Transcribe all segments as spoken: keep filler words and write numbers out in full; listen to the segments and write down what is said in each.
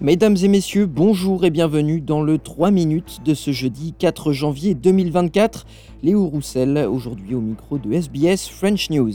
Mesdames et messieurs, bonjour et bienvenue dans le trois minutes de ce jeudi quatre janvier deux mille vingt-quatre. Léo Roussel, aujourd'hui au micro de S B S French News.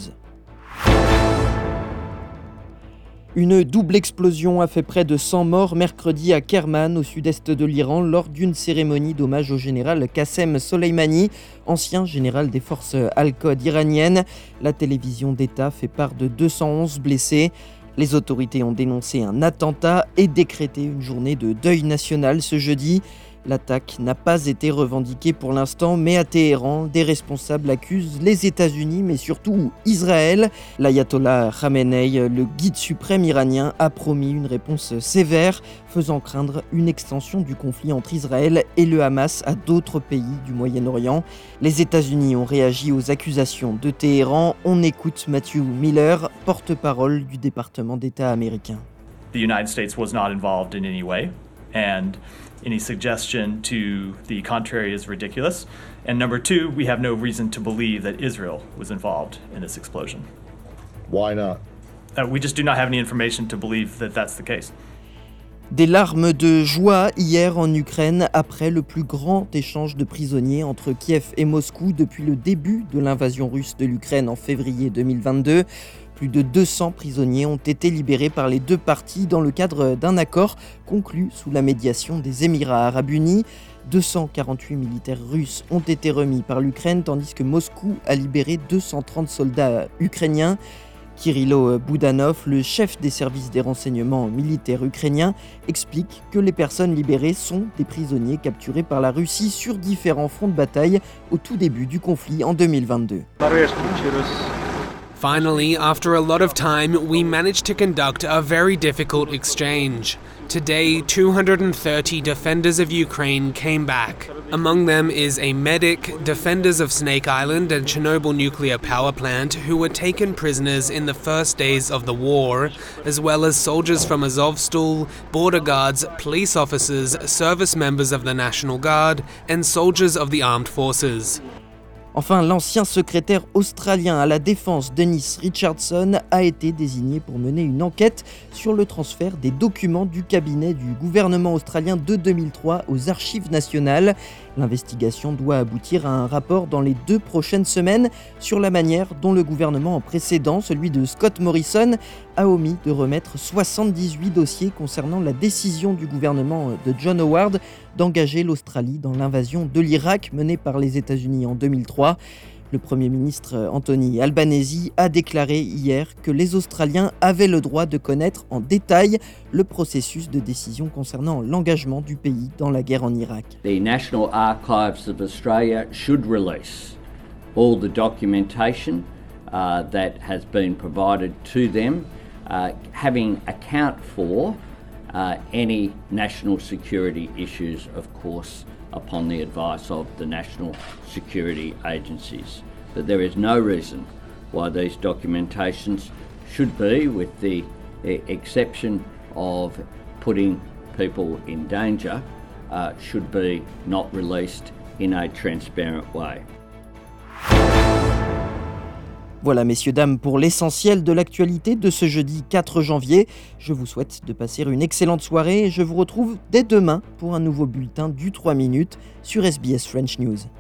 Une double explosion a fait près de cent morts mercredi à Kerman, au sud-est de l'Iran, lors d'une cérémonie d'hommage au général Qassem Soleimani, ancien général des forces Al-Qaïda iraniennes. La télévision d'État fait part de deux cent onze blessés. Les autorités ont dénoncé un attentat et décrété une journée de deuil national ce jeudi. L'attaque n'a pas été revendiquée pour l'instant, mais à Téhéran, des responsables accusent les États-Unis, mais surtout Israël. L'ayatollah Khamenei, le guide suprême iranien, a promis une réponse sévère, faisant craindre une extension du conflit entre Israël et le Hamas à d'autres pays du Moyen-Orient. Les États-Unis ont réagi aux accusations de Téhéran. On écoute Matthew Miller, porte-parole du département d'État américain. The United States was not involved in any way, and any suggestion to the contrary is ridiculous. And number two, we have no reason to believe that Israel was involved in this explosion. Why not? Uh, we just do not have any information to believe that that's the case. Des larmes de joie hier en Ukraine après le plus grand échange de prisonniers entre Kiev et Moscou depuis le début de l'invasion russe de l'Ukraine en février deux mille vingt-deux. Plus de deux cents prisonniers ont été libérés par les deux parties dans le cadre d'un accord conclu sous la médiation des Émirats arabes unis. deux cent quarante-huit militaires russes ont été remis par l'Ukraine, tandis que Moscou a libéré deux cent trente soldats ukrainiens. Kirilo Boudanov, le chef des services des renseignements militaires ukrainiens, explique que les personnes libérées sont des prisonniers capturés par la Russie sur différents fronts de bataille au tout début du conflit en deux mille vingt-deux. Finally, after a lot of time, we managed to conduct a very difficult exchange. Today, two hundred thirty defenders of Ukraine came back. Among them is a medic, defenders of Snake Island and Chernobyl nuclear power plant who were taken prisoners in the first days of the war, as well as soldiers from Azovstal, border guards, police officers, service members of the National Guard, and soldiers of the armed forces. Enfin, l'ancien secrétaire australien à la défense Dennis Richardson a été désigné pour mener une enquête sur le transfert des documents du cabinet du gouvernement australien de deux mille trois aux archives nationales. L'investigation doit aboutir à un rapport dans les deux prochaines semaines sur la manière dont le gouvernement précédent, celui de Scott Morrison, a omis de remettre soixante-dix-huit dossiers concernant la décision du gouvernement de John Howard d'engager l'Australie dans l'invasion de l'Irak menée par les États-Unis en deux mille trois. Le Premier ministre Anthony Albanese a déclaré hier que les Australiens avaient le droit de connaître en détail le processus de décision concernant l'engagement du pays dans la guerre en Irak. The National Archives of Australia should release all the documentation uh, that has been provided to them, uh, having account for uh, any national security issues, of course, upon the advice of the national security agencies. But there is no reason why these documentations should be, with the exception of putting people in danger, uh, should be not released in a transparent way. Voilà, messieurs, dames, pour l'essentiel de l'actualité de ce jeudi quatre janvier. Je vous souhaite de passer une excellente soirée et je vous retrouve dès demain pour un nouveau bulletin du trois minutes sur S B S French News.